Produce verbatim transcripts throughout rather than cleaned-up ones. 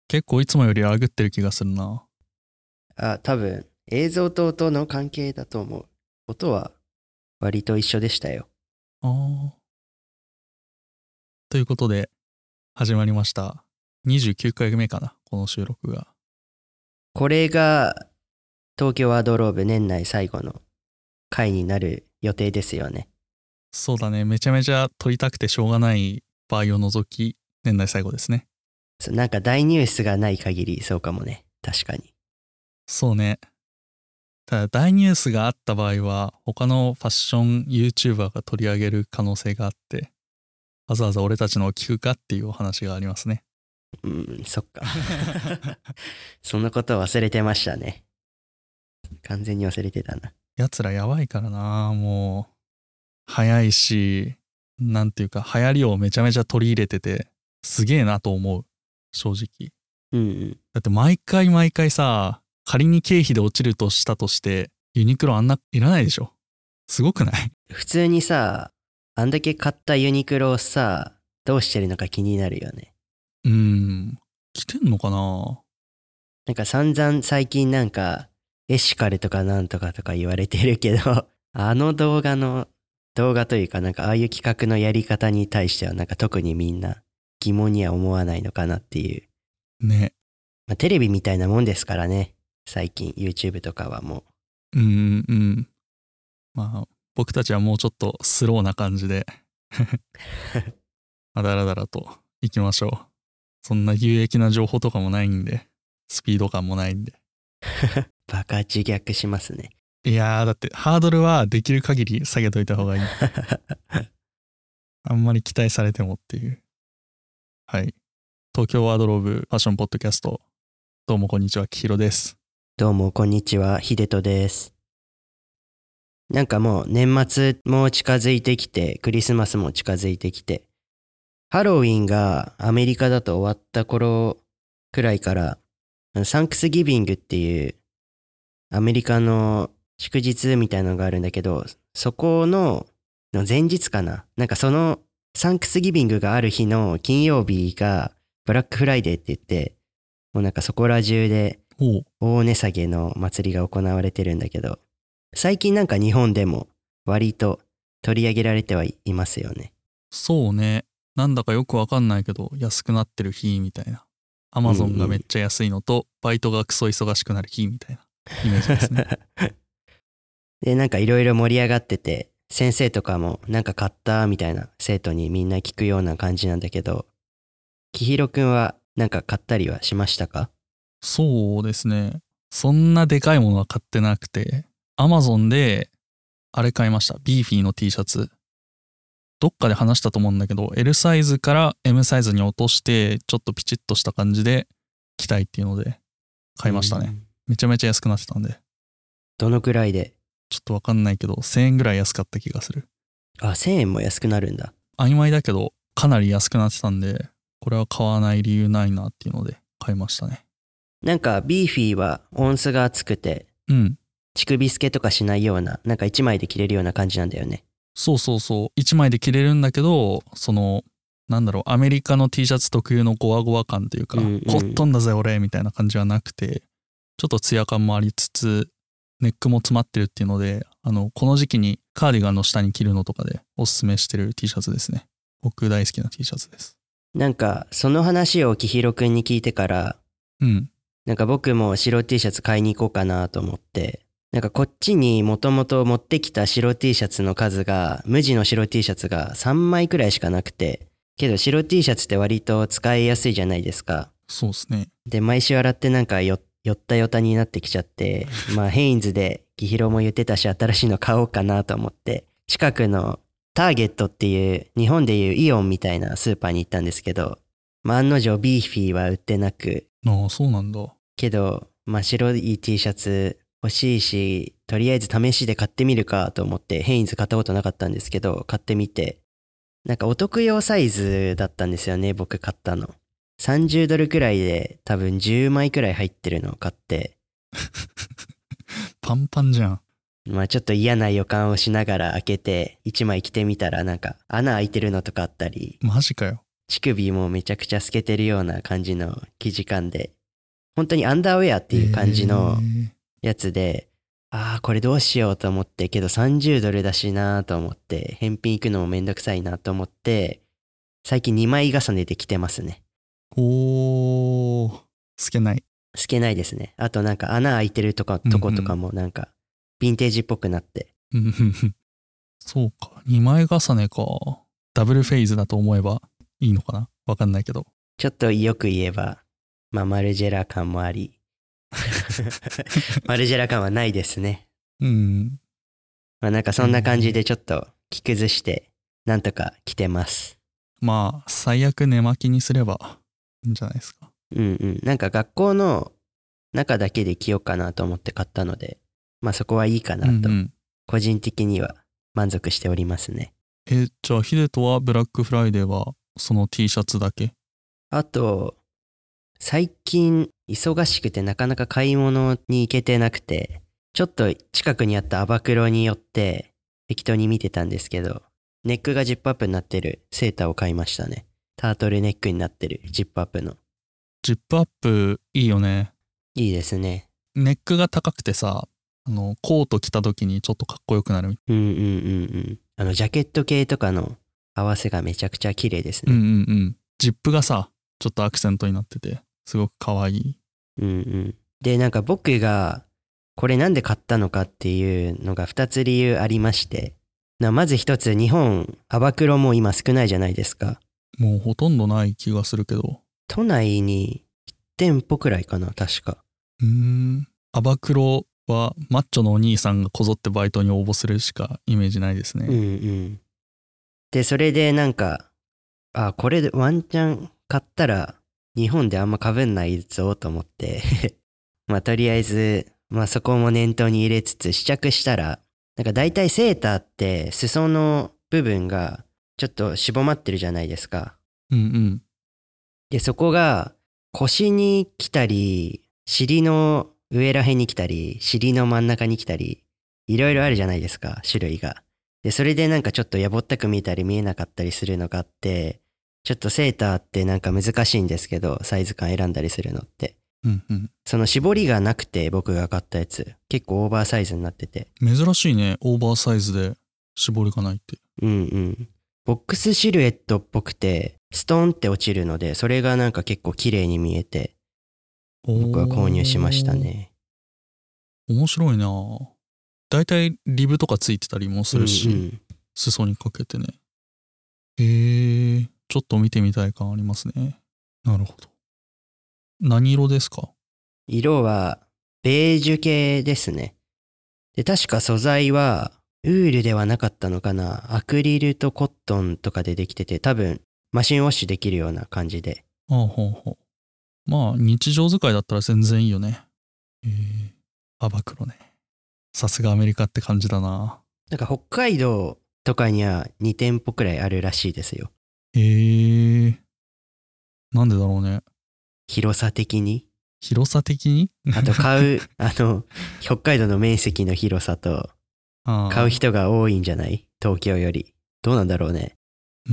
結構いつもよりラグってる気がするな。 あ、多分映像と音の関係だと思う。音は割と一緒でしたよ。 あー。ということで始まりました。にじゅうきゅうかいめかな、この収録が。 これが東京ワードローブ年内最後の回になる予定ですよね。 そうだね、めちゃめちゃ撮りたくてしょうがない場合を除き年内最後ですね。 そう、なんか大ニュースがない限りそうかもね。確かに。 そうね。ただ大ニュースがあった場合は他のファッション YouTuber が取り上げる可能性があって、わざわざ俺たちのを聞くかっていうお話がありますね。 うん、そっか。そのこと忘れてましたね。完全に忘れてたな。 やつらやばいからな。もう早いし、なんていうか流行りをめちゃめちゃ取り入れててすげえなと思う、正直。 うんうん。 だって毎回毎回さ、仮に経費で落ちるとしたとしてユニクロあんないらないでしょ。すごくない？ 普通にさ、あんだけ買ったユニクロをさ、どうしてるのか気になるよね。 うーん、来てんのかな。 なんか散々最近なんかエシカルとかなんとかとか言われてるけど、あの動画の動画というかなんかああいう企画のやり方に対してはなんか特にみんな疑問には思わないのかなっていう。 ね。 まあ、テレビみたいなもんですからね。最近 YouTube とかはもうーんうん。まあ僕たちはもうちょっとスローな感じでだらだらと行きましょう。そんな有益な情報とかもないんで、スピード感もないんで。 うバカ自虐しますね。 いやー、だってハードルはできる限り下げといた方がいい。あんまり期待されてもっていう。はい。東京ワードローブファッションポッドキャスト。どうもこんにちは、きひろです。 どうもこんにちは、ひでとです。なんかもう年末も近づいてきて、クリスマスも近づいてきて、ハロウィンがアメリカだと終わった頃くらいから、サンクスギビングっていうアメリカの祝日みたいなのがあるんだけど、そこの前日かな、なんかそのサンクスギビングがある日の金曜日がブラックフライデーって言って、もうなんかそこら中で大値下げの祭りが行われてるんだけど、最近なんか日本でも割と取り上げられてはいますよね。 そうね。なんだかよくわかんないけど、安くなってる日みたいな。アマゾンがめっちゃ安いのと、バイトがクソ忙しくなる日みたいなイメージですね。 で、なんかいろいろ盛り上がってて、先生とかもなんか買ったみたいな生徒にみんな聞くような感じなんだけど、きひろくんはなんか買ったりはしましたか？ そうですね。そんなでかいものは買ってなくて、アマゾンであれ買いました。ビーフィーの T シャツ。どっかで話したと思うんだけど、L サイズから エム サイズに落として、ちょっとピチッとした感じで着たいっていうので買いましたね。めちゃめちゃ安くなってたんで。 どのくらいで？ ちょっとわかんないけど、せんえんぐらい安かった気がする。 あ、せんえんも安くなるんだ。 曖昧だけど、かなり安くなってたんで、これは買わない理由ないなっていうので買いましたね。 なんかビーフィーは音数が厚くて、 うん。 乳首透けとかしないような、なんかいちまいで着れるような感じなんだよね。 そうそうそう。いちまいで着れるんだけど、その、なんだろう、アメリカの T シャツ特有のゴワゴワ感というか、 うんうん、 コットンだぜ俺みたいな感じはなくて、ちょっとツヤ感もありつつ、ネックも詰まってるっていうので、あの、この時期にカーディガンの下に着るのとかでおすすめしてる T シャツですね。僕大好きな T シャツです。 なんかその話をきひろくんに聞いてから、 うん。 なんか僕も白 T シャツ買いに行こうかなと思って、なんかこっちにもともと持ってきた白 T シャツの数が、無地の白 T シャツがさんまいくらいしかなくて、けど白 T シャツって割と使いやすいじゃないですか。 そうですね。 で、毎週洗ってなんかよよったよたになってきちゃって、まあヘインズできひろも言ってたし新しいの買おうかなと思って、近くのターゲットっていう日本でいうイオンみたいなスーパーに行ったんですけど、まあ、案の定ビーフィーは売ってなく、 ああ、そうなんだ。 けど、まあ、白い T シャツ欲しいし、とりあえず試しで買ってみるかと思ってヘインズ買ったことなかったんですけど、買ってみて、なんかお得用サイズだったんですよね、僕買ったの。さんじゅうドルくらいで多分じゅうまいくらい入ってるのを買って、 パンパンじゃん。 まあちょっと嫌な予感をしながら開けていちまい着てみたらなんか穴開いてるのとかあったり、 マジかよ。 乳首もめちゃくちゃ透けてるような感じの生地感で、本当にアンダーウェアっていう感じのやつで、ああこれどうしようと思って、けどさんじゅうドルだしなと思って、返品行くのもめんどくさいなと思って、最近にまい重ねで着てますね。 おー、透けない。 透けないですね。あとなんか穴開いてるとかとことかもなんかヴィンテージっぽくなって、 そうか、にまい重ねか。ダブルフェイズだと思えばいいのかな、わかんないけど。 ちょっとよく言えば、まあマルジェラ感もありマルジェラ感はないですね。 うん。 まあなんかそんな感じでちょっと着崩してなんとか着てます。 まあ最悪寝巻きにすればいいんじゃないですか。 うんうん。なんか学校の中だけで着ようかなと思って買ったので、まあそこはいいかなと、個人的には満足しておりますね。 うんうん、え、じゃあヒデトはブラックフライデーはその T シャツだけ？ あと、最近忙しくてなかなか買い物に行けてなくて、ちょっと近くにあったアバクロに寄って適当に見てたんですけど、ネックがジップアップになってるセーターを買いましたね。タートルネックになってるジップアップの。 ジップアップいいよね。 いいですね。 ネックが高くてさ、あのコート着た時にちょっとかっこよくなる。 うんうんうんうん。あのジャケット系とかの合わせがめちゃくちゃ綺麗ですね。 うんうんうん。ジップがさ、ちょっとアクセントになっててすごく可愛い。 うんうん。でなんか僕がこれなんで買ったのかっていうのがふたつ理由ありまして、まず一つ、日本アバクロも今少ないじゃないですか。 もうほとんどない気がするけど。 都内にいち店舗くらいかな確か。 うーん。アバクロはマッチョのお兄さんがこぞってバイトに応募するしかイメージないですね。 うんうん。でそれでなんか、あこれでワンチャン買ったら日本であんま被んないぞと思ってまあとりあえずまあそこも念頭に入れつつ試着したら、なんか大体セーターって裾の部分がちょっとしぼまってるじゃないですか。 うんうん。 でそこが腰に来たり、尻の上らへんに来たり、尻の真ん中に来たり、いろいろあるじゃないですか、種類が。でそれでなんかちょっとやぼったく見えたり見えなかったりするのがあって、ちょっとセーターってなんか難しいんですけど、サイズ感選んだりするのって。 うんうん、 その絞りがなくて、僕が買ったやつ結構オーバーサイズになってて。 珍しいね、オーバーサイズで絞りがないって。 うんうん。ボックスシルエットっぽくてストンって落ちるので、それがなんか結構綺麗に見えて、僕は購入しましたね。 面白いな。だいたいリブとかついてたりもするし、うんうん、裾にかけてね。へー、ちょっと見てみたい感ありますね。なるほど。何色ですか？ 色はベージュ系ですね。で確か素材はウールではなかったのかな、アクリルとコットンとかでできてて、多分マシンウォッシュできるような感じで。 ああ、ほうほう。まあ日常使いだったら全然いいよね。えー、アバクロね。さすがアメリカって感じだな。 なんか北海道とかにはに店舗くらいあるらしいですよ。 へえー、なんでだろうね。 広さ的に広さ的にあと買うあの北海道の面積の広さと買う人が多いんじゃない？東京より。どうなんだろうね。 うん、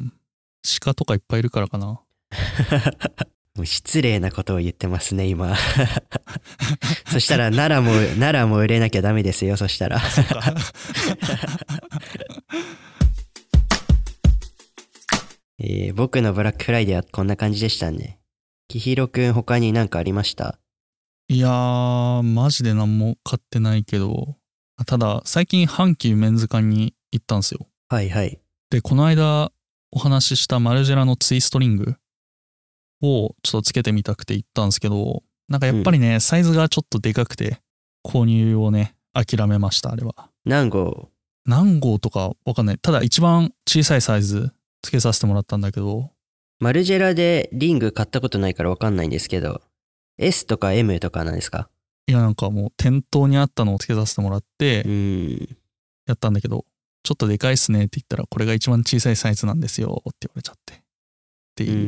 鹿とかいっぱいいるからかな。 もう失礼なことを言ってますね今そしたら奈良も奈良も売れなきゃダメですよ。そしたらそうかえー、僕のブラックフライデーはこんな感じでしたね。きひろくん他に何かありました？ いやーマジで何も買ってないけど、ただ最近阪急メンズ館に行ったんですよ。 はいはい。 でこの間お話ししたマルジェラのツイストリングをちょっとつけてみたくて行ったんですけど、なんかやっぱりね、うん、サイズがちょっとでかくて購入をね諦めました。あれは何号何号とかわかんない。ただ一番小さいサイズつけさせてもらったんだけど、 マルジェラでリング買ったことないからわかんないんですけど、 S とか エム とかなんですか？ いやなんかもう店頭にあったのをつけさせてもらってうんやったんだけど、ちょっとでかいっすねって言ったら、これが一番小さいサイズなんですよって言われちゃってっていう、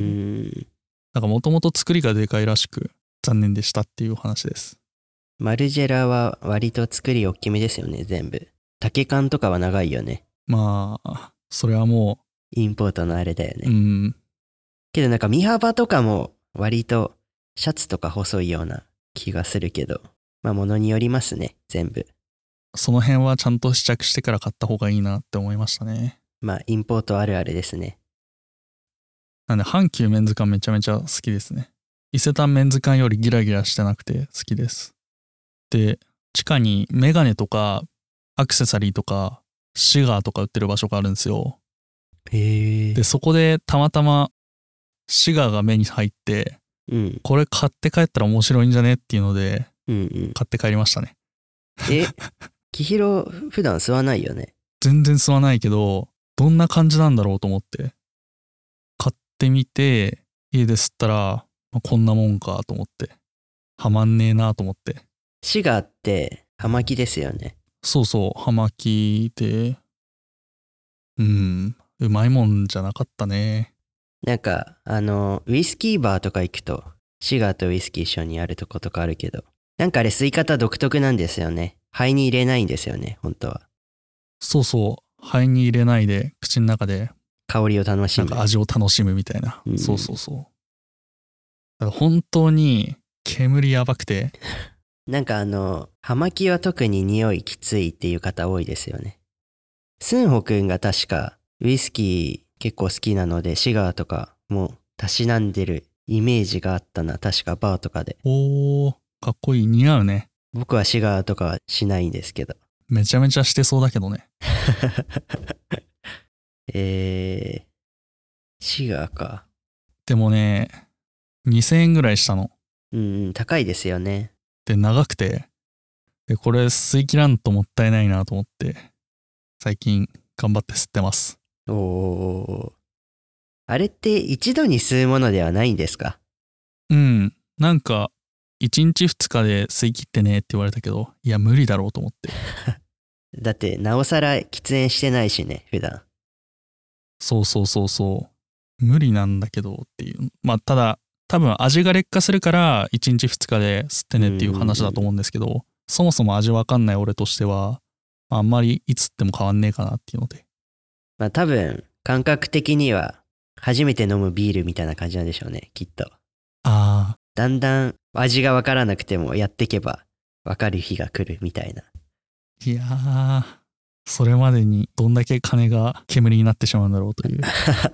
うん、なんかもともと作りがでかいらしく残念でしたっていう話です。 マルジェラは割と作り大きめですよね。全部丈感とかは長いよね。 まあそれはもうインポートのあれだよね。 うん、 けどなんか身幅とかも割とシャツとか細いような気がするけど、まあ物によりますね、全部。 その辺はちゃんと試着してから買った方がいいなって思いましたね。 まあインポートあるあるですね。 なんで阪急メンズ館めちゃめちゃ好きですね。伊勢丹メンズ館よりギラギラしてなくて好きです。で、地下にメガネとかアクセサリーとかシガーとか売ってる場所があるんですよ。 へえ。 で、そこでたまたまシガーが目に入って、 うん。 これ買って帰ったら面白いんじゃねっていうのでうんうん。 買って帰りましたね。 え、キヒロ普段吸わないよね。 全然吸わないけど、どんな感じなんだろうと思って買ってみて、家で吸ったら、まあ、こんなもんかと思って、はまんねえなと思って。 シガーって葉巻ですよね。 そうそう、葉巻で、うん、うまいもんじゃなかったね。 なんかあのウイスキーバーとか行くとシガーとウイスキー一緒にあるとことかあるけど、なんかあれ吸い方独特なんですよね。肺に入れないんですよね、本当は。 そうそう、肺に入れないで口の中で香りを楽しむ。 なんか味を楽しむみたいな。 うん、 そうそうそう。だから本当に煙やばくて。 なんかあの葉巻は特に匂いきついっていう方多いですよね。スンホくんが確かウイスキー結構好きなのでシガーとかもたしなんでるイメージがあったな、確かバーとかで。 おー、かっこいい。似合うね。 僕はシガーとかはしないんですけど。 めちゃめちゃしてそうだけどね。 えー、シガーか。 でもね、にせんえんぐらいしたの。 うんうん、高いですよね。 で、長くて。で、これ吸い切らんともったいないなと思って、最近頑張って吸ってます。 おお。あれって一度に吸うものではないんですか？ うん。なんか、いちにちふつかで吸い切ってねって言われたけど、いや、無理だろうと思って。 だってなおさら喫煙してないしね、普段。 そうそうそうそう。無理なんだけどっていう。まあ、ただ、多分味が劣化するからいちにちふつかで吸ってねっていう話だと思うんですけど、そもそも味わかんない俺としては、まあ、あんまりいつっても変わんねえかなっていうので。 まあ多分感覚的には初めて飲むビールみたいな感じなんでしょうね、きっと。 ああ。 だんだん味がわからなくてもやってけばわかる日が来るみたいな。 いやー、それまでにどんだけ金が煙になってしまうんだろうという。い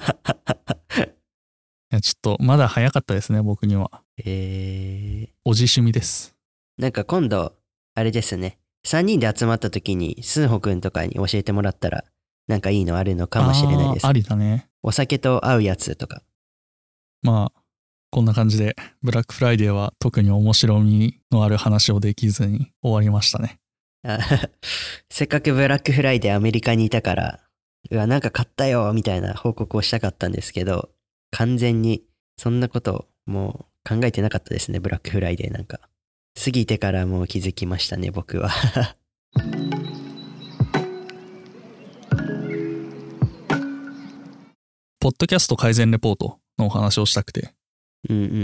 や、ちょっとまだ早かったですね、僕には。 えー、 おじ趣味です。 なんか今度あれですね、さんにんで集まった時にスンホくんとかに教えてもらったらなんかいいのあるのかもしれないです。 あー、ありだね。 お酒と合うやつとか。 まあ、こんな感じで、ブラックフライデーは特に面白みのある話をできずに終わりましたね。 あせっかくブラックフライデーアメリカにいたから、うわ、なんか買ったよみたいな報告をしたかったんですけど、完全にそんなこともう考えてなかったですね、ブラックフライデーなんか。過ぎてからもう気づきましたね、僕は。 ポッドキャスト改善レポートのお話をしたくて。 うんうんうん。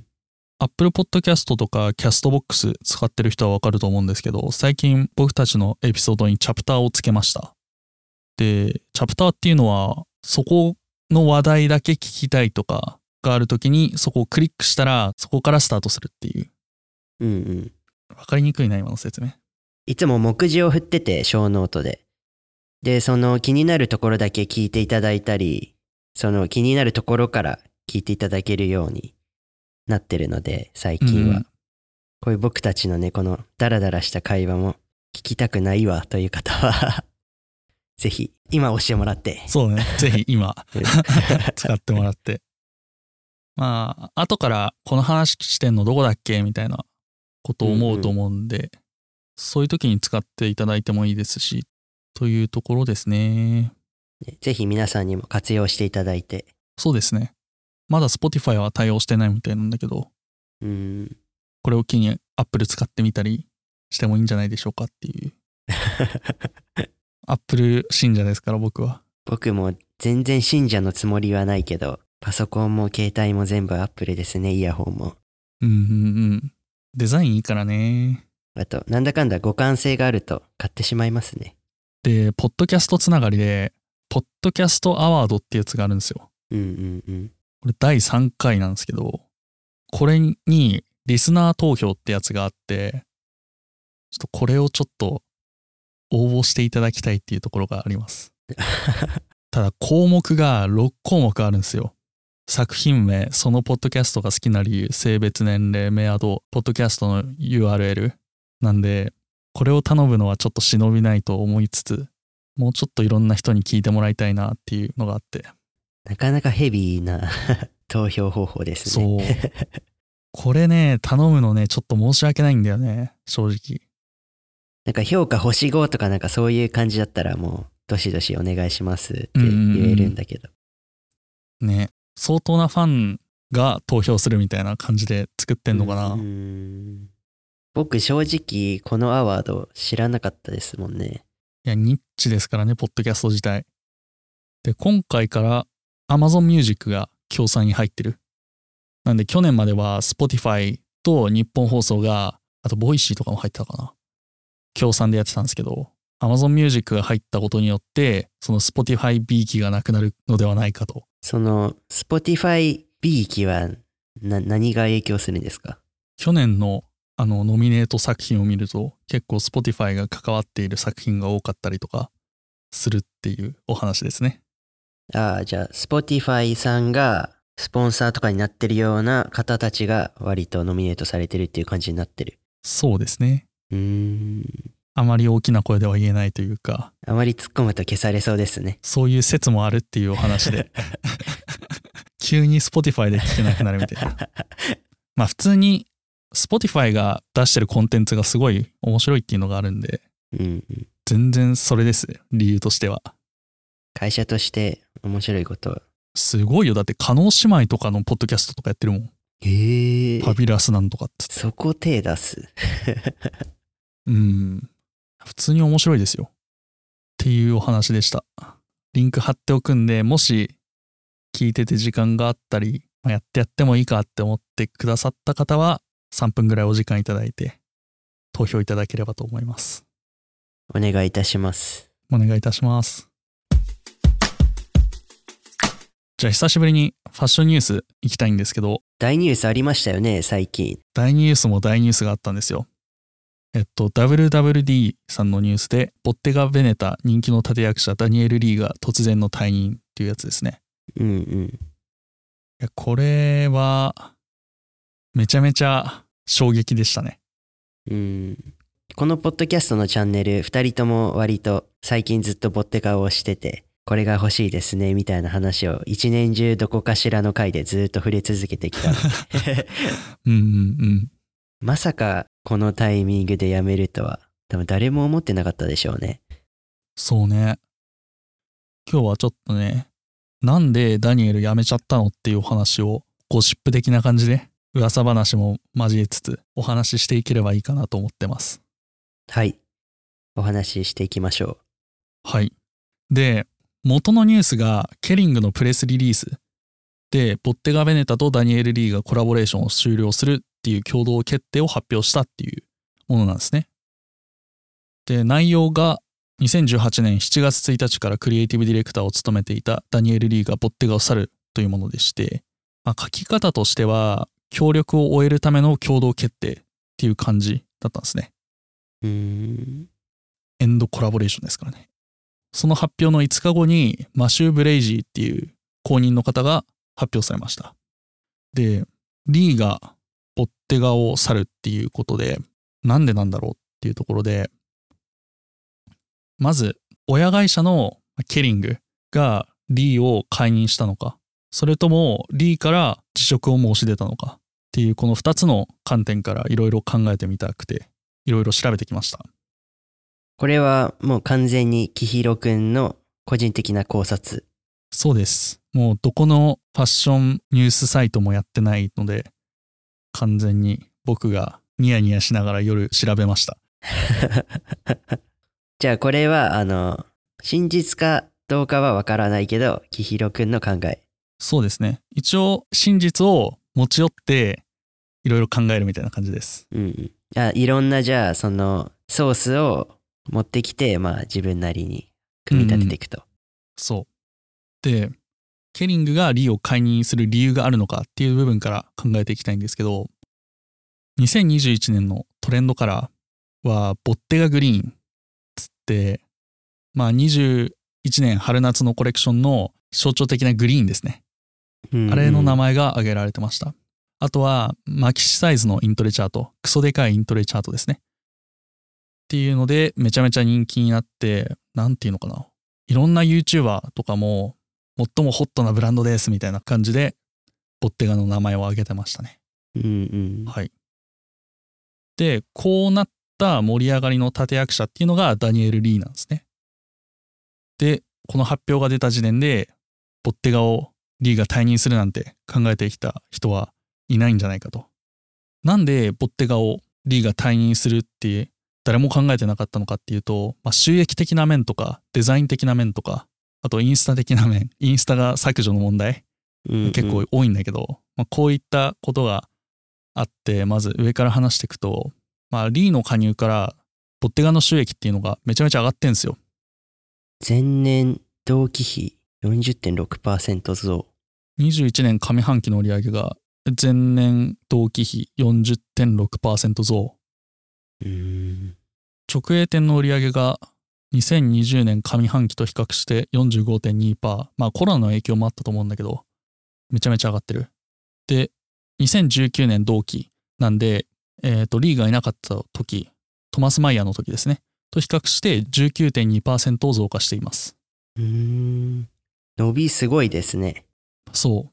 Apple Podcast とか Castbox 使ってる人はわかると思うんですけど、最近僕たちのエピソードにチャプターをつけました。で、チャプターっていうのは、そこの話題だけ聞きたいとかがあるときに、そこをクリックしたら、そこからスタートするっていう。 うんうん。 わかりにくいな、今の説明。 いつも目次を振ってて、小ノートで。で、その気になるところだけ聞いていただいたり、その気になるところから聞いていただけるようになってるので、最近は。 うん、 こういう僕たちのね、このダラダラした会話も聞きたくないわという方は、ぜひ今押してもらって。 そうね。ぜひ今、使ってもらって。まあ、後からこの話してんのどこだっけみたいなことを思うと思うんで、うんうん、そういう時に使っていただいてもいいですし、というところですね。 ぜひ皆さんにも活用していただいて。 そうですね。まだ Spotify は対応してないみたいなんだけど、 うん、 これを機に Apple 使ってみたりしてもいいんじゃないでしょうかっていう。Apple 信者ですから僕は。 僕も全然信者のつもりはないけど、パソコンも携帯も全部 Apple ですね、イヤホンも。 うんうんうん。デザインいいからね。 あと、なんだかんだ互換性があると買ってしまいますね。 で、ポッドキャストつながりで、ポッドキャストアワードってやつがあるんですよ。 うんうんうん。 これだいさんかいなんですけど、これにリスナー投票ってやつがあって、ちょっとこれをちょっと応募していただきたいっていうところがあります。ただ項目がろっこうもくあるんですよ。作品名、そのポッドキャストが好きな理由、性別、年齢、メアド、ポッドキャストの ユーアールエル なんで、これを頼むのはちょっと忍びないと思いつつ、もうちょっといろんな人に聞いてもらいたいなっていうのがあって。 なかなかヘビーな投票方法ですね。 そうこれね、頼むのね、ちょっと申し訳ないんだよね、正直。 なんか評価星ごとかなんかそういう感じだったらもうどしどしお願いしますって言えるんだけど、 うんうんうん、ね、相当なファンが投票するみたいな感じで作ってんのかな。 うんうん、僕正直このアワード知らなかったですもんね。 いやニッチですからね、ポッドキャスト自体で。今回から Amazon Music が協賛に入ってる。なんで去年までは Spotify と日本放送が、あとボイシーとかも入ってたかな、協賛でやってたんですけど、 Amazon Music が入ったことによってその Spotify びいきがなくなるのではないかと。 その Spotify びいきはな何が影響するんですか？ 去年のあのノミネート作品を見ると結構 Spotify が関わっている作品が多かったりとかするっていうお話ですね。 ああ、じゃあ Spotify さんがスポンサーとかになってるような方たちが割とノミネートされてるっていう感じになってる。 そうですね。 うーん、 あまり大きな声では言えないというか、 あまり突っ込むと消されそうですね。 そういう説もあるっていうお話で急に Spotify で聞けなくなるみたいな。まあ普通に Spotify が出してるコンテンツがすごい面白いっていうのがあるんで、 うんうん、 全然それです理由としては。 会社として面白いことすごいよ。だって叶姉妹とかのポッドキャストとかやってるもん。 へえ、 ファビュラスなんとかっつって。 そこ手出すうん普通に面白いですよっていうお話でした。リンク貼っておくんで、もし聞いてて時間があったり、まあ、やってやってもいいかって思ってくださった方はさんぷんぐらいお時間いただいて投票いただければと思います。 お願いいたします。 お願いいたします。じゃあ久しぶりにファッションニュース行きたいんですけど、 大ニュースありましたよね最近。 大ニュースも大ニュースがあったんですよ。えっと ダブリューダブリューディー さんのニュースで、ボッテガ・ベネタ人気の立役者ダニエル・リーが突然の退任っていうやつですね。 うんうん。いやこれはめちゃめちゃ衝撃でしたね。 うん。このポッドキャストのチャンネルふたりとも割と最近ずっとボッテガをしてて、これが欲しいですねみたいな話を一年中どこかしらの回でずっと触れ続けてきたのでうんうんうん。 まさかこのタイミングで辞めるとは多分誰も思ってなかったでしょうね。 そうね。今日はちょっとね、なんでダニエル辞めちゃったのっていうお話をゴシップ的な感じで噂話も交えつつお話ししていければいいかなと思ってます。 はい、お話ししていきましょう。はい。で、元のニュースがケリングのプレスリリースで、ボッテガ・ベネタとダニエル・リーがコラボレーションを終了するっていう共同決定を発表したっていうものなんですね。で、内容がにせんじゅうはちねんしちがつついたちからクリエイティブディレクターを務めていたダニエル・リーがボッテガを去るというものでして、まあ、書き方としては協力を終えるための共同決定っていう感じだったんですね。 う。うーん。 エンドコラボレーションですからね。その発表のいつかごにマシュー・ブレイジーっていう後任の方が発表されました。で、リーがボッテガを去るっていうことで、なんでなんだろうっていうところで、まず親会社のケリングがリーを解任したのか、それともリーから辞職を申し出たのかっていうこのふたつの観点からいろいろ考えてみたくて、いろいろ調べてきました。 これはもう完全にキヒロくんの個人的な考察。 そうです。もうどこのファッションニュースサイトもやってないので、完全に僕がニヤニヤしながら夜調べました。 じゃあこれはあの真実かどうかはわからないけど、キヒロくんの考え。 そうですね。一応真実を持ち寄っていろいろ考えるみたいな感じです。 うん。あ、いろんなじゃあそのソースを持ってきて、まあ自分なりに組み立てていくと。 うん、そう。で、 ケリングがリーを解任する理由があるのかっていう部分から考えていきたいんですけど、にせんにじゅういちねんのトレンドカラーはボッテガグリーンつって、まあにじゅういちねん春夏のコレクションの象徴的なグリーンですね。 うんうん、 あれの名前が挙げられてました。あとはマキシサイズのイントレチャート、クソでかいイントレチャートですね。っていうのでめちゃめちゃ人気になって、なんていうのかな、いろんな YouTuber とかも最もホットなブランドですみたいな感じでボッテガの名前を挙げてましたね。 うんうん、 はい。で、こうなった盛り上がりの立役者っていうのがダニエル・リーなんですね。で、この発表が出た時点でボッテガをリーが退任するなんて考えてきた人はいないんじゃないかと。なんでボッテガをリーが退任するって誰も考えてなかったのかっていうと、まあ、収益的な面とかデザイン的な面とか、あとインスタ的な面、インスタが削除の問題、 うんうん、 結構多いんだけど、まあ、こういったことがあって、まず上から話していくと、まあ、リーの加入からボッテガの収益っていうのがめちゃめちゃ上がってんすよ。 前年同期比 よんじゅってんろくパーセント 増。 にじゅういちねん上半期の売上が前年同期比 よんじゅってんろくパーセント 増。 うーん、 直営店の売上がにせんにじゅうねん上半期と比較して よんじゅうごてんにパーセント、まあコロナの影響もあったと思うんだけど、めちゃめちゃ上がってる。で、にせんじゅうきゅうねん同期なんで、えっと、リーがいなかった時、トマス・マイヤーの時ですね、と比較して じゅうきゅうてんにパーセント 増加しています。 うーん、伸びすごいですね。 そう、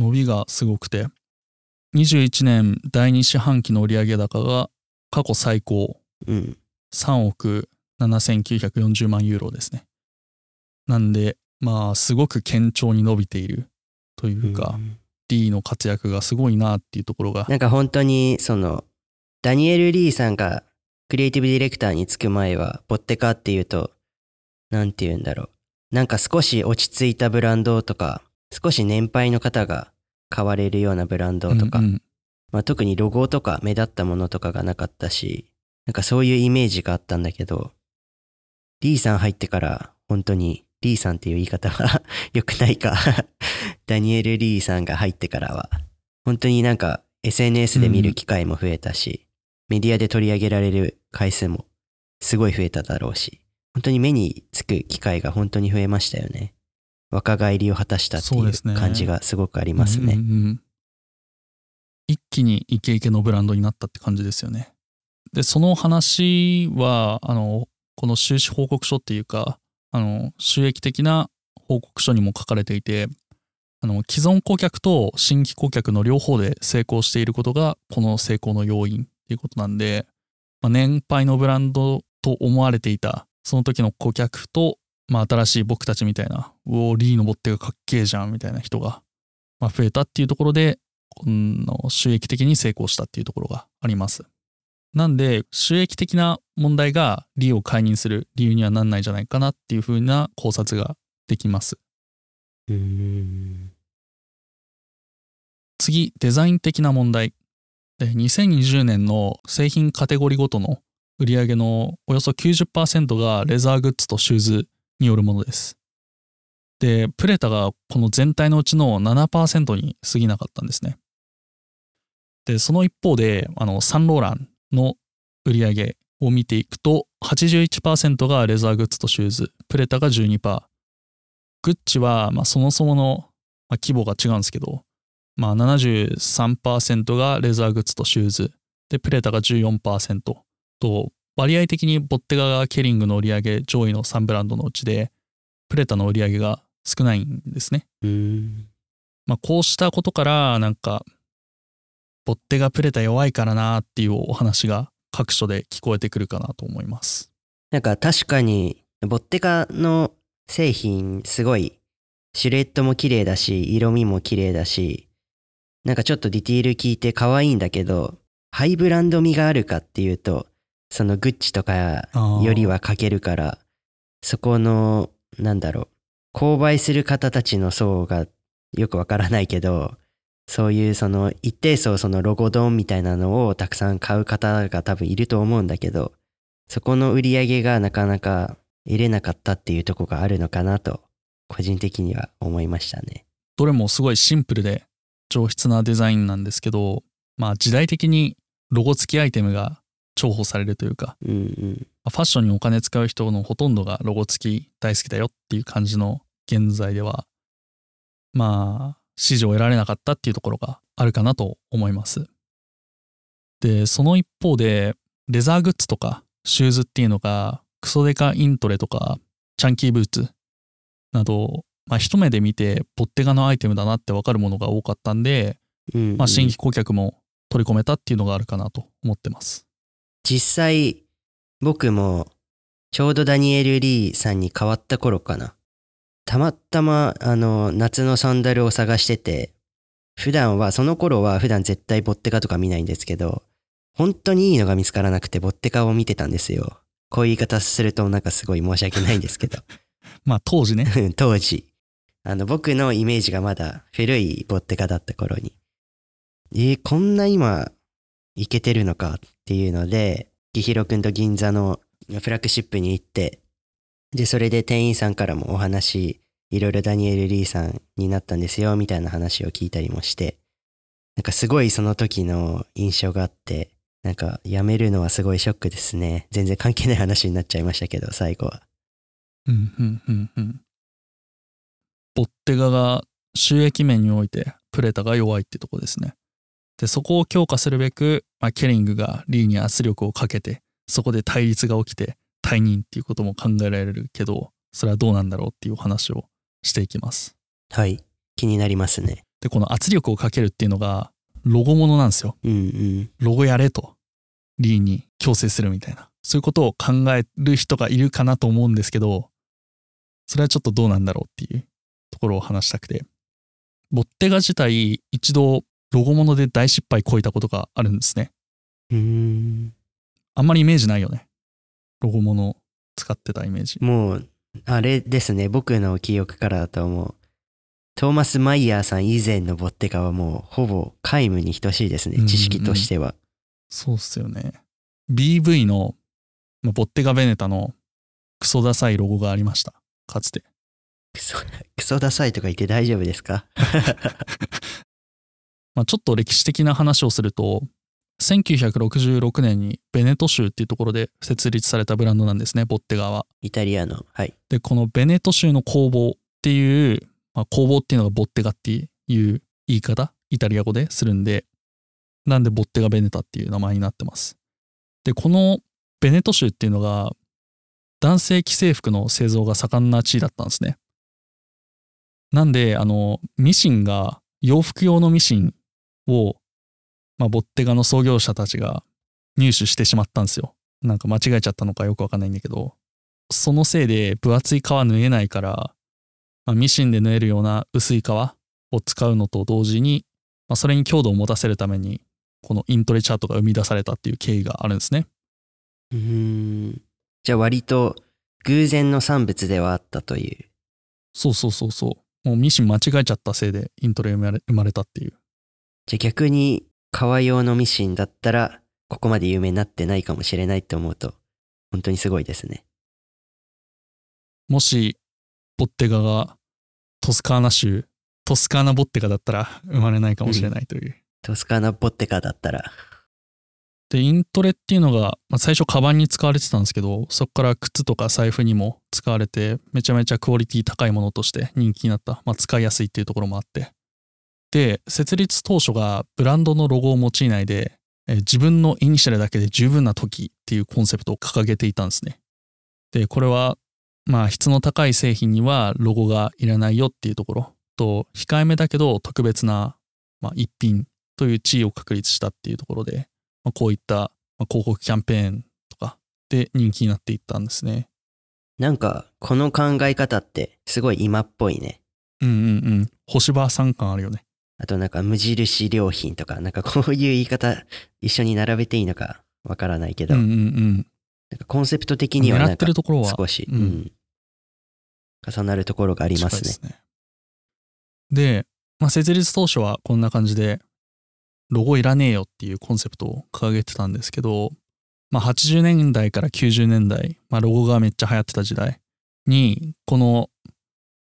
伸びがすごくて、にじゅういちねんだいに四半期の売上高が過去最高、 うん、 さんおくななせんきゅうひゃくよんじゅうまんユーロですね。なんで、まあ、すごく堅調に伸びているというか、 うん、 リーの活躍がすごいなっていうところが。 なんか本当にそのダニエル・リーさんがクリエイティブディレクターに就く前はボッテカっていうと、なんて言うんだろう、なんか少し落ち着いたブランドとか、少し年配の方が買われるようなブランドとか、 うんうん、 まあ、特にロゴとか目立ったものとかがなかったし、なんかそういうイメージがあったんだけど、リーさん入ってから本当に、リーさんっていう言い方は良くないかダニエル・リーさんが入ってからは本当になんか エスエヌエス で見る機会も増えたし、うん、メディアで取り上げられる回数もすごい増えただろうし、本当に目につく機会が本当に増えましたよね。若返りを果たしたっていう感じがすごくありますね。 うんうんうん、一気にイケイケのブランドになったって感じですよね。で、その話はあのこの収支報告書っていうか、あの収益的な報告書にも書かれていて、あの既存顧客と新規顧客の両方で成功していることがこの成功の要因っていうことなんで、まあ、年配のブランドと思われていたその時の顧客と、まあ、新しい僕たちみたいな、うおーリーのボッテがかっけえじゃんみたいな人が、まあ、増えたっていうところで、この収益的に成功したっていうところがあります。なんで収益的な問題がリーを解任する理由にはなんないんじゃないかなっていう風な考察ができます。 うーん、 次、デザイン的な問題で、にせんにじゅうねんの製品カテゴリーごとの売上のおよそ きゅうじゅっパーセント がレザーグッズとシューズによるものです。で、プレタがこの全体のうちの ななパーセント に過ぎなかったんですね。で、その一方で、あのサンローランの売上を見ていくと はちじゅういちパーセント がレザーグッズとシューズ、プレタが じゅうにパーセント、グッチはまあそもそもの規模が違うんですけど、まあ、ななじゅうさんパーセント がレザーグッズとシューズで、プレタが じゅうよんパーセント と、割合的にボッテガがケリングの売上上位のさんブランドのうちでプレタの売上が少ないんですね。 うーん、 まあ、こうしたことからなんかボッテガプレタ弱いからなっていうお話が各所で聞こえてくるかなと思います。 なんか確かにボッテガの製品すごいシルエットも綺麗だし、色味も綺麗だし、なんかちょっとディティール聞いて可愛いんだけど、ハイブランド味があるかっていうと、そのグッチとかよりは欠けるから、そこのなんだろう、購買する方たちの層がよくわからないけど、そういうその一定層、そのロゴドンみたいなのをたくさん買う方が多分いると思うんだけど、そこの売り上げがなかなか得れなかったっていうところがあるのかなと個人的には思いましたね。 どれもすごいシンプルで上質なデザインなんですけど、まあ時代的にロゴ付きアイテムが重宝されるというか、 うんうん、 ファッションにお金使う人のほとんどがロゴ付き大好きだよっていう感じの現在では、まあ支持を得られなかったっていうところがあるかなと思います。で、その一方でレザーグッズとかシューズっていうのがクソデカイントレとかチャンキーブーツなど、まあ、一目で見てボッテガのアイテムだなって分かるものが多かったんで、 うんうん、 まあ、新規顧客も取り込めたっていうのがあるかなと思ってます。 実際僕もちょうどダニエル・リーさんに変わった頃かな、たまたまあの夏のサンダルを探してて、普段はその頃は普段絶対ボッテガとか見ないんですけど、本当にいいのが見つからなくてボッテガを見てたんですよ。こういう言い方するとなんかすごい申し訳ないんですけどまあ当時ね当時あの僕のイメージがまだ古いボッテガだった頃に、えー、こんな今いけてるのかっていうので、きひろくんと銀座のフラッグシップに行って、でそれで店員さんからもお話いろいろダニエル・リーさんになったんですよみたいな話を聞いたりもして、なんかすごいその時の印象があって、なんか辞めるのはすごいショックですね。全然関係ない話になっちゃいましたけど、最後は。 うんうんうんうん。ボッテガが収益面においてプレタが弱いってとこですね。でそこを強化するべく、まあ、ケリングがリーに圧力をかけて、そこで対立が起きて退任っていうことも考えられるけど、それはどうなんだろうっていう話をしていきます。 はい、気になりますね。 でこの圧力をかけるっていうのがロゴものなんですよ。 うんうん、 ロゴやれとリーに強制するみたいな、そういうことを考える人がいるかなと思うんですけど、それはちょっとどうなんだろうっていうところを話したくて、ボッテガ自体一度ロゴもので大失敗こいたことがあるんですね。 うーん、 あんまりイメージないよね、ロゴもの使ってたイメージ。 もうあれですね、僕の記憶からだと思う。トーマス・マイヤーさん以前のボッテガはもうほぼ皆無に等しいですね、知識としては。うんうん、 そうっすよね。 ビーブイ の、まあ、ボッテガ・ベネタのクソダサいロゴがありました、かつて。 クソ、クソダサいとか言って大丈夫ですかまあちょっと歴史的な話をすると、せんきゅうひゃくろくじゅうろくねんにベネト州っていうところで設立されたブランドなんですね、ボッテガは。 イタリアの、はい。 でこのベネト州の工房っていう、まあ、工房っていうのがボッテガっていう言い方、イタリア語でするんで、なんでボッテガベネタっていう名前になってます。でこのベネト州っていうのが男性既製服の製造が盛んな地だったんですね。なんであのミシンが洋服用のミシンを、まあ、ボッテガの創業者たちが入手してしまったんですよ。なんか間違えちゃったのかよくわかんないんだけど、そのせいで分厚い皮縫えないから、まあ、ミシンで縫えるような薄い皮を使うのと同時に、まあ、それに強度を持たせるためにこのイントレチャートが生み出されたっていう経緯があるんですね。 うーん、じゃあ割と偶然の産物ではあったという。 そうそうそうそう、もうミシン間違えちゃったせいでイントレ生まれ、生まれたっていう。 じゃあ逆に革用のミシンだったらここまで有名になってないかもしれないって思うと本当にすごいですね。 もしボッテガがトスカーナ州トスカーナボッテガだったら生まれないかもしれないという、うん、 トスカーナボッテガだったら。 でイントレっていうのが、まあ、最初カバンに使われてたんですけど、そこから靴とか財布にも使われて、めちゃめちゃクオリティ高いものとして人気になった、まあ、使いやすいっていうところもあって、で設立当初がブランドのロゴを用いないで、え自分のイニシャルだけで十分な時っていうコンセプトを掲げていたんですね。でこれはまあ質の高い製品にはロゴがいらないよっていうところと、控えめだけど特別な、まあ、一品という地位を確立したっていうところで、まあ、こういった広告キャンペーンとかで人気になっていったんですね。 なんかこの考え方ってすごい今っぽいね。 うんうんうん、星葉さん感あるよね。 あとなんか無印良品とか、なんかこういう言い方一緒に並べていいのかわからないけど、 うんうんうん、 なんかコンセプト的にはなんか少し、 うんうん、 重なるところがありますね。 ですね。で、まあ、設立当初はこんな感じでロゴいらねえよっていうコンセプトを掲げてたんですけど、まあ、はちじゅうねんだいからきゅうじゅうねんだい、まあ、ロゴがめっちゃ流行ってた時代にこの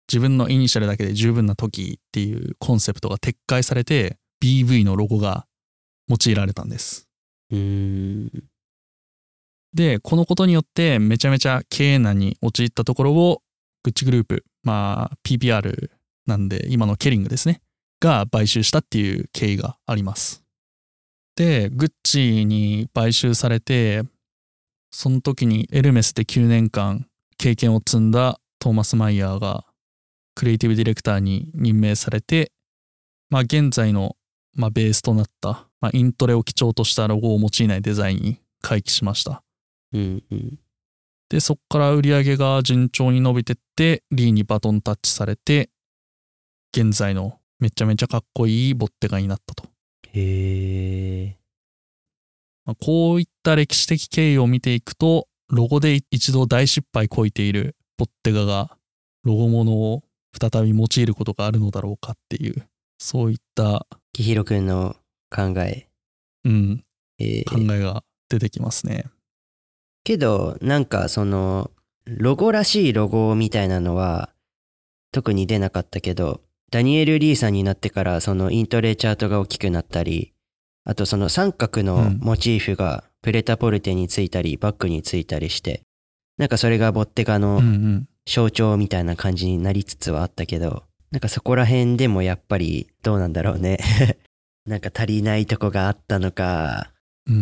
自分のイニシャルだけで十分な時っていうコンセプトが撤回されて ビーブイ のロゴが用いられたんです。 うーん。 でこのことによってめちゃめちゃ経営難に陥ったところをグッチグループ、まあ ピーピーアール なんで今のケリングですねが買収したっていう経緯があります。でグッチに買収されて、その時にエルメスできゅうねんかん経験を積んだトーマス・マイヤーがクリエイティブディレクターに任命されて、まあ、現在の、まあ、ベースとなった、まあ、イントレを基調としたロゴを用いないデザインに回帰しました。 うんうん、 でそこから売り上げが順調に伸びてってリーにバトンタッチされて現在のめちゃめちゃかっこいいボッテガになったと。 へえ。 まあ、こういった歴史的経緯を見ていくとロゴで一度大失敗こいているボッテガがロゴものを再び用いることがあるのだろうかっていう、そういったきひろくんの考え、 うん、 えー、 考えが出てきますね。 けどなんかそのロゴらしいロゴみたいなのは特に出なかったけど、ダニエル・リーさんになってからそのイントレチャートが大きくなったり、あとその三角のモチーフがプレタポルテについたりバッグについたりして、なんかそれがボッテガの象徴みたいな感じになりつつはあったけど、なんかそこら辺でもやっぱりどうなんだろうねなんか足りないとこがあったのか。 うん。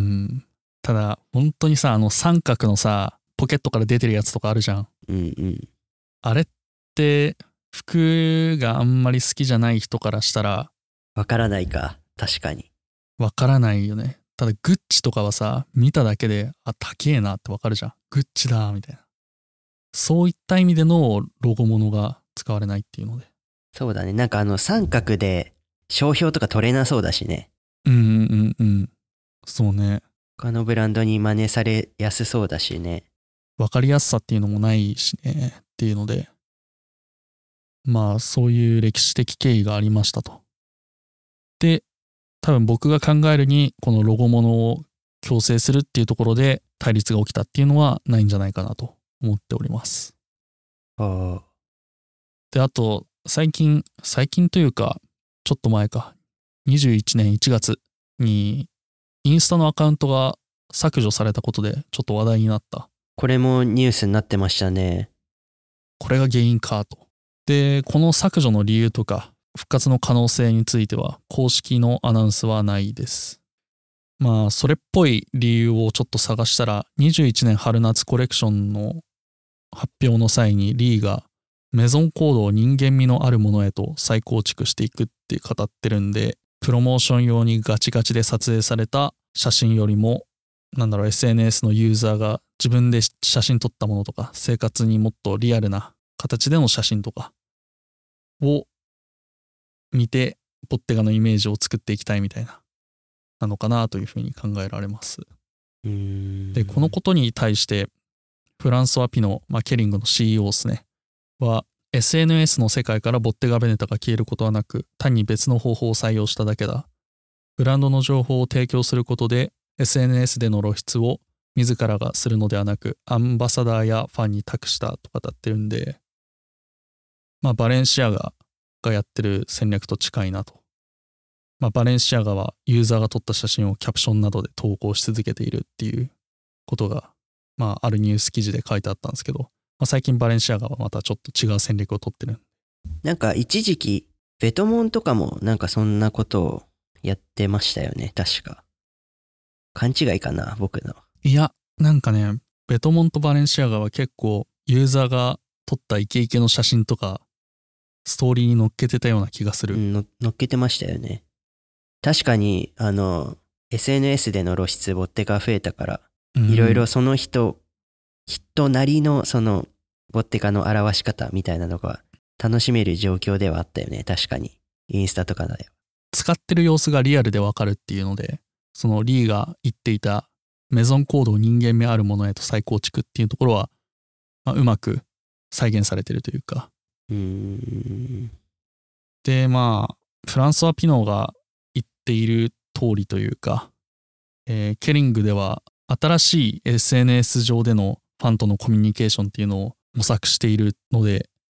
ただ本当にさ、あの三角のさポケットから出てるやつとかあるじゃん。 うんうん。 あれって服があんまり好きじゃない人からしたらわからないか。確かにわからないよね。ただグッチとかはさ見ただけであ高えなってわかるじゃん。グッチだみたいな。そういった意味でのロゴものが使われないっていうので。 そうだね。なんかあの三角で商標とか取れなそうだしね。 うんうんうん。そうね。 他のブランドに真似されやすそうだしね。 わかりやすさっていうのもないしねっていうので、まあそういう歴史的経緯がありましたと。で多分僕が考えるにこのロゴものを強制するっていうところで対立が起きたっていうのはないんじゃないかなと思っております。 ああ。 であと最近最近というかちょっと前かにじゅういちねんいちがつにインスタのアカウントが削除されたことでちょっと話題になった。 これもニュースになってましたね。 これが原因かと。でこの削除の理由とか復活の可能性については公式のアナウンスはないです。まあそれっぽい理由をちょっと探したらにじゅういちねん春夏コレクションの発表の際にリーがメゾンコードを人間味のあるものへと再構築していくって語ってるんで、プロモーション用にガチガチで撮影された写真よりもなんだろう エスエヌエス のユーザーが自分で写真撮ったものとか生活にもっとリアルな形での写真とかを見てボッテガのイメージを作っていきたいみたいななのかなというふうに考えられます。 うーん。 でこのことに対してフランソワ・ピノ、まあ、ケリングの シーイーオー ですねは エスエヌエス の世界からボッテガ・ベネタが消えることはなく単に別の方法を採用しただけだ。ブランドの情報を提供することで エスエヌエス での露出を自らがするのではなくアンバサダーやファンに託したと語ってるんで、まあバレンシアガがやってる戦略と近いなと。まあバレンシアガはユーザーが撮った写真をキャプションなどで投稿し続けているっていうことがまああるニュース記事で書いてあったんですけど、まあ、最近バレンシアガはまたちょっと違う戦略を取ってる。 なんか一時期ベトモンとかもなんかそんなことをやってましたよね、確か。勘違いかな、僕の。 いやなんかねベトモンとバレンシアガは結構ユーザーが撮ったイケイケの写真とかストーリーに載っけてたような気がする。 うん、の乗っけてましたよね。確かにあの エスエヌエス での露出ボッテが増えたからいろいろその人人なりのそのボッテガの表し方みたいなのが楽しめる状況ではあったよね。確かにインスタとかだよ。 使ってる様子がリアルでわかるっていうので、そのリーが言っていたメゾンコードを人間味あるものへと再構築っていうところは、まあ、うまく再現されてるというか。 うーん。 でまあフランソワ・ピノが言っている通りというか、えー、ケリングでは新しい エスエヌエス 上でのファンとのコミュニケーションっていうのを模索しているので、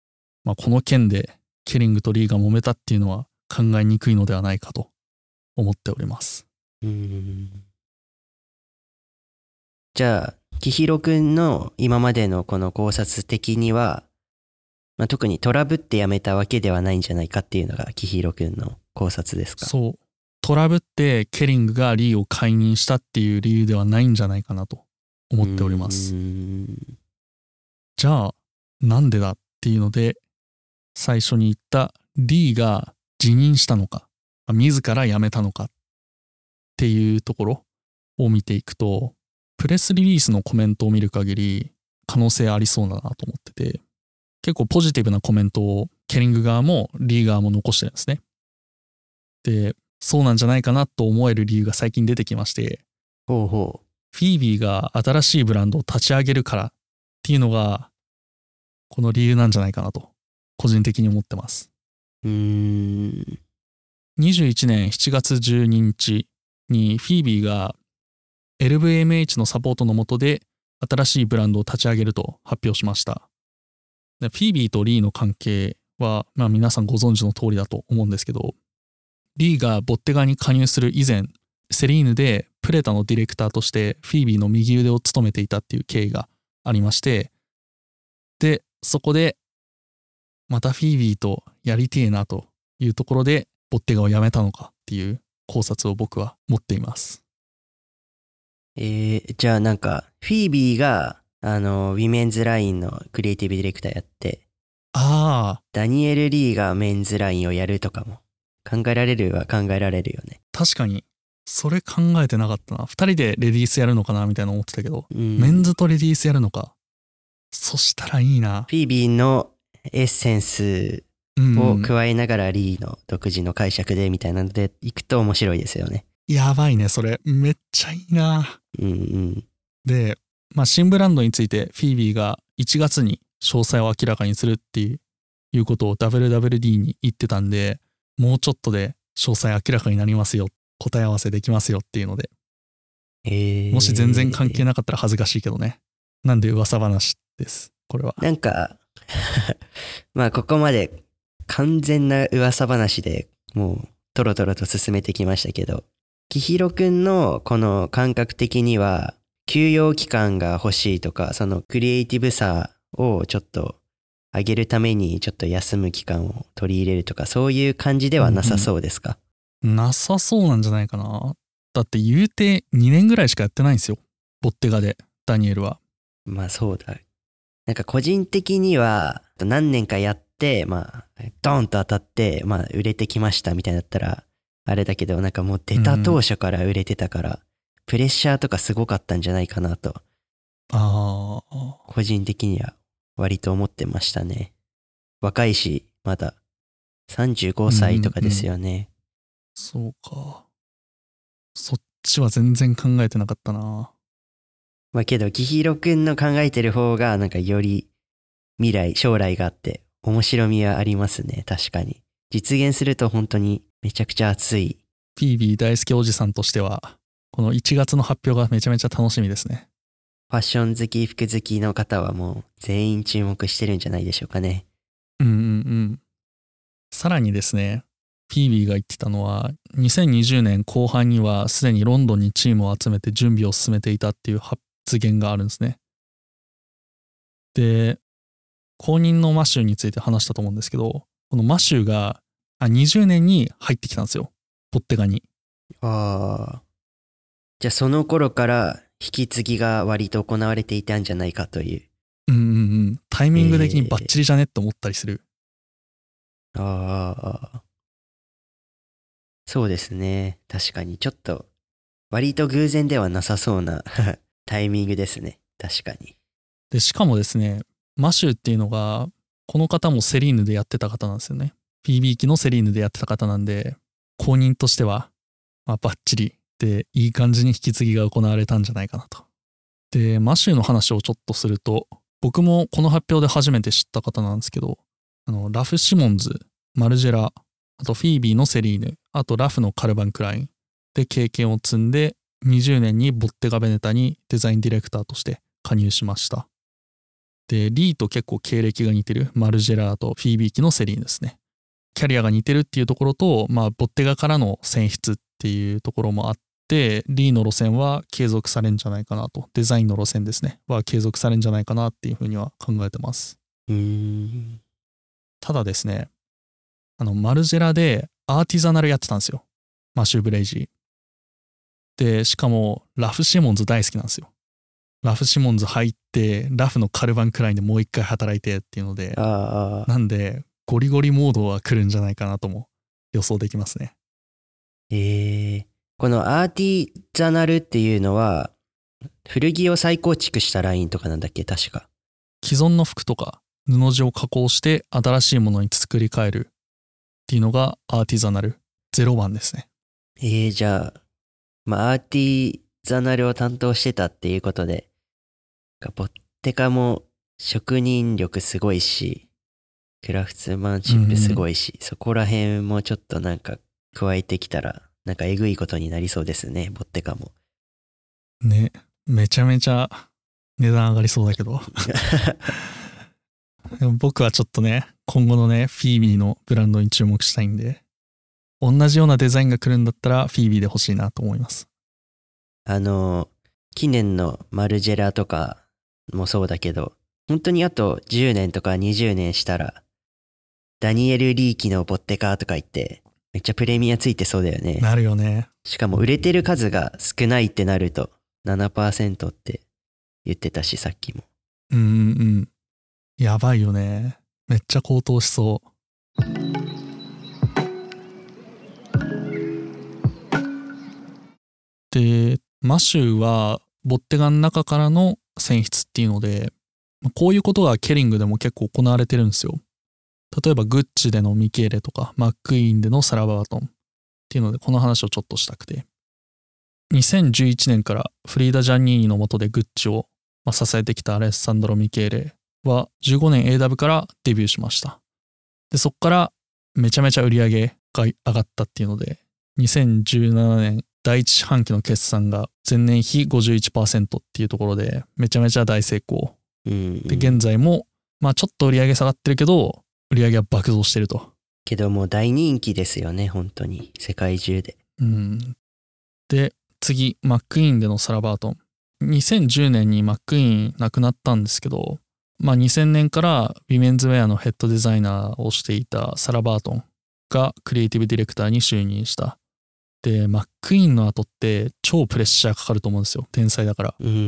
まあ、この件でケリングとリーが揉めたっていうのは考えにくいのではないかと思っております。 うーん。じゃあキヒロくんの今までのこの考察的には、まあ、特にトラブってやめたわけではないんじゃないかっていうのがキヒロくんの考察ですか？ そう。トラブってケリングがリーを解任したっていう理由ではないんじゃないかなと思っております。 うーん。 じゃあなんでだっていうので、最初に言ったリーが辞任したのか自ら辞めたのかっていうところを見ていくと、プレスリリースのコメントを見る限り可能性ありそうだなと思ってて、結構ポジティブなコメントをケリング側もリー側も残してるんですね。で、そうなんじゃないかなと思える理由が最近出てきまして、 ほうほう。 フィービーが新しいブランドを立ち上げるからっていうのがこの理由なんじゃないかなと個人的に思ってます。 うーん。 にじゅういちねんしちがつじゅうににちにフィービーが エルブイエムエイチ のサポートの下で新しいブランドを立ち上げると発表しました。でフィービーとリーの関係は、まあ、皆さんご存知の通りだと思うんですけど、リーがボッテガに加入する以前、セリーヌでプレタのディレクターとしてフィービーの右腕を務めていたっていう経緯がありまして、でそこでまたフィービーとやりてえなというところでボッテガを辞めたのかっていう考察を僕は持っています。 えー、じゃあなんかフィービーがあのウィメンズラインのクリエイティブディレクターやって、 ああ、 ダニエル・リーがメンズラインをやるとかも考えられるは考えられるよね。 確かにそれ考えてなかったな。ふたりでレディースやるのかなみたいな思ってたけど、 うん、 メンズとレディースやるのか。そしたらいいな。 フィービーのエッセンスをうん、 加えながらリーの独自の解釈でみたいなのでいくと面白いですよね。 やばいねそれ。めっちゃいいな。 うんうん。 で、まあ、新ブランドについてフィービーがいちがつに詳細を明らかにするっていういうことを ダブリューダブリューディー に言ってたんで、もうちょっとで詳細明らかになりますよ、答え合わせできますよっていうので、 えー、 もし全然関係なかったら恥ずかしいけどね。なんで噂話です、これは。 なんかまあここまで完全な噂話でもうトロトロと進めてきましたけど、キヒロくんのこの感覚的には休養期間が欲しいとか、そのクリエイティブさをちょっと上げるためにちょっと休む期間を取り入れるとか、そういう感じではなさそうですか？ うんうん、なさそうなんじゃないかな。だって言うてにねんぐらいしかやってないんですよ、ボッテガでダニエルは。 まあそうだ。なんか個人的には何年かやってまあドンと当たってまあ売れてきましたみたいだったらあれだけど、なんかもう出た当初から売れてたから、うん、プレッシャーとかすごかったんじゃないかなと、 ああ、 個人的には割と思ってましたね。若いしまださんじゅうごさいとかですよね。うんうん、 そうか。そっちは全然考えてなかったな。 まあけどキヒロくんの考えてる方がなんかより未来将来があって面白みはありますね。確かに実現すると本当にめちゃくちゃ熱い。 フィービー大好きおじさんとしてはこのいちがつの発表がめちゃめちゃ楽しみですね。 ファッション好き服好きの方はもう全員注目してるんじゃないでしょうかね。 うんうんうん。さらにですね、フィービーが言ってたのはにせんにじゅうねんこう半にはすでにロンドンにチームを集めて準備を進めていたっていう発言があるんですね。で、後任のマシューについて話したと思うんですけど、このマシューがあにじゅうねんに入ってきたんですよ、ボッテガに。 ああ。じゃあその頃から引き継ぎが割と行われていたんじゃないかという。 うんうんうん。タイミング的にバッチリじゃねって思ったりする。 えー、ああ。そうですね。確かにちょっと割と偶然ではなさそうなタイミングですね。確かに。 で、しかもですね、マシューっていうのが、この方もセリーヌでやってた方なんですよね。フィービー 期のセリーヌでやってた方なんで、後任としては、まあ、バッチリでいい感じに引き継ぎが行われたんじゃないかなと。で、マシューの話をちょっとすると、僕もこの発表で初めて知った方なんですけど、あのラフ・シモンズ、マルジェラ、あとフィービーのセリーヌ、あとラフのカルバン・クラインで経験を積んで、にじゅうねんにボッテガ・ベネタにデザインディレクターとして加入しました。 でリーと結構経歴が似てるマルジェラーとフィービー機のセリーヌですね。キャリアが似てるっていうところと、まあ、ボッテガからの選出っていうところもあって、リーの路線は継続されるんじゃないかなと、デザインの路線ですねは継続されるんじゃないかなっていうふうには考えてます。 うーん。 ただですね、あのマルジェラでアーティザナルやってたんですよ、マシュー・ブレイジーで。しかもラフ・シモンズ大好きなんですよ。ラフ・シモンズ入ってラフのカルバンクラインでもう一回働いてっていうので、 ああ。 なんでゴリゴリモードは来るんじゃないかなとも予想できますね。 えー、このアーティザナルっていうのは古着を再構築したラインとかなんだっけ、確か。 既存の服とか布地を加工して新しいものに作り変えるっていうのがアーティザナルゼロばんですね。 えー、じゃあ、まあ、アーティザナルを担当してたっていうことで、ボッテカも職人力すごいし、クラフトマンシップすごいし、うん、そこら辺もちょっとなんか加えてきたら、なんかえぐいことになりそうですね、ボッテカも。 ね、めちゃめちゃ値段上がりそうだけど。でも僕はちょっとね、今後のね、フィービーのブランドに注目したいんで、同じようなデザインが来るんだったらフィービーで欲しいなと思います。 あの、近年のマルジェラとかもそうだけど、本当にあとじゅうねんとかにじゅうねんしたら、ダニエル・リーキのボッテカとか言って、めっちゃプレミアついてそうだよね。 なるよね。 しかも売れてる数が少ないってなると、ななパーセント って言ってたし、さっきも。 うんうん。やばいよね。めっちゃ高騰しそう。で、マシューはボッテガの中からの選出っていうので、こういうことがケリングでも結構行われてるんですよ。例えばグッチでのミケーレとかマックイーンでのサラ・バートンっていうので、この話をちょっとしたくて、にせんじゅういちねんからフリーダ・ジャニーニの下でグッチを支えてきたアレッサンドロ・ミケーレはじゅうごねん エーダブリュー からデビューしました。でそっからめちゃめちゃ売り上げが上がったっていうので、にせんじゅうななねんだいいち四半期の決算が前年比 ごじゅういちパーセント っていうところでめちゃめちゃ大成功、 うんうん、 で現在もまあちょっと売り上げ下がってるけど売り上げは爆増してると。 けどもう大人気ですよね、本当に世界中で。 うん、で次マックイーンでのサラ・バートン、にせんじゅうねんにマックイーン亡くなったんですけど、まあ、にせんねんからウィメンズウェアのヘッドデザイナーをしていたサラ・バートンがクリエイティブディレクターに就任した。でマックイーンの後って超プレッシャーかかると思うんですよ、天才だから、 うんうん、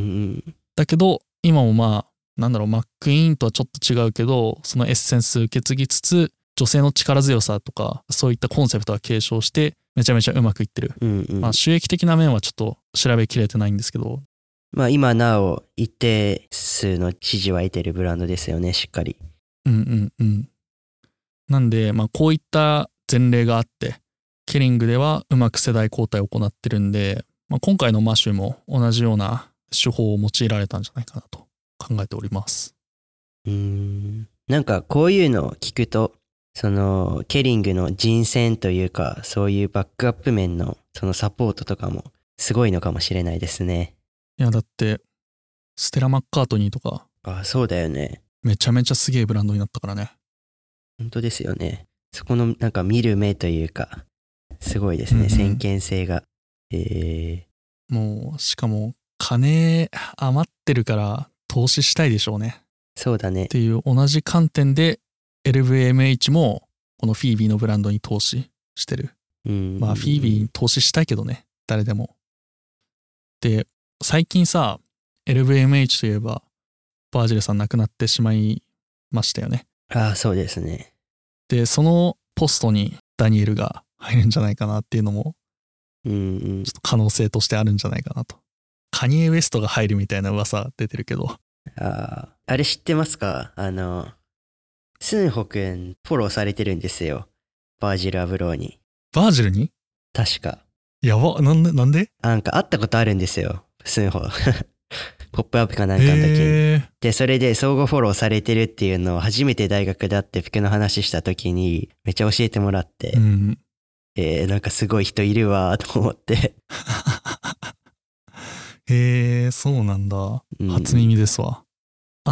だけど今もまあなんだろう、マックイーンとはちょっと違うけどそのエッセンス受け継ぎつつ女性の力強さとかそういったコンセプトは継承してめちゃめちゃうまくいってる、 うんうん、 まあ、収益的な面はちょっと調べきれてないんですけど、 まあ今なお一定数の支持は得てるブランドですよね、しっかり。 うんうんうん。なんでまあこういった前例があってケリングではうまく世代交代を行ってるんで、まあ、今回のマシュも同じような手法を用いられたんじゃないかなと考えております。 うーん、なんかこういうのを聞くとそのケリングの人選というかそういうバックアップ面のそのサポートとかもすごいのかもしれないですね。 いやだってステラ・マッカートニーとか、 あ、そうだよね。 めちゃめちゃすげえブランドになったからね。 本当ですよね。そこのなんか見る目というかすごいですね、うんうん、先見性が。えー、もうしかも金余ってるから投資したいでしょうね。 そうだね。 っていう同じ観点で エルブイエムエイチ もこのフィービーのブランドに投資してる。 うん、 まあフィービーに投資したいけどね、誰でも。で最近さ エルブイエムエイチ といえばバージルさん亡くなってしまいましたよね。 ああ、そうですね。 でそのポストにダニエルが入るんじゃないかなっていうのもちょっと可能性としてあるんじゃないかなと。カニエ・ウエストが入るみたいな噂出てるけど。 ああ、あれ知ってますか？あのスンホくんフォローされてるんですよ、バージル・アブローに。 バージルに？ 確か。 やば、なんでなんで？ なんか会ったことあるんですよ、スンホ。ポップアップかなんかの時に。で、それで相互フォローされてるっていうのを初めて大学で会って服の話した時にめっちゃ教えてもらって、うん、えー、なんかすごい人いるわと思って。 へえ、そうなんだ、うん。初耳ですわ。会っ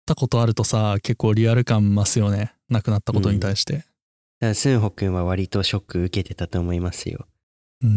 ったことあるとさ、結構リアル感増すよね。亡くなったことに対して。 だからスンホ君は割とショック受けてたと思いますよ。 うんうん。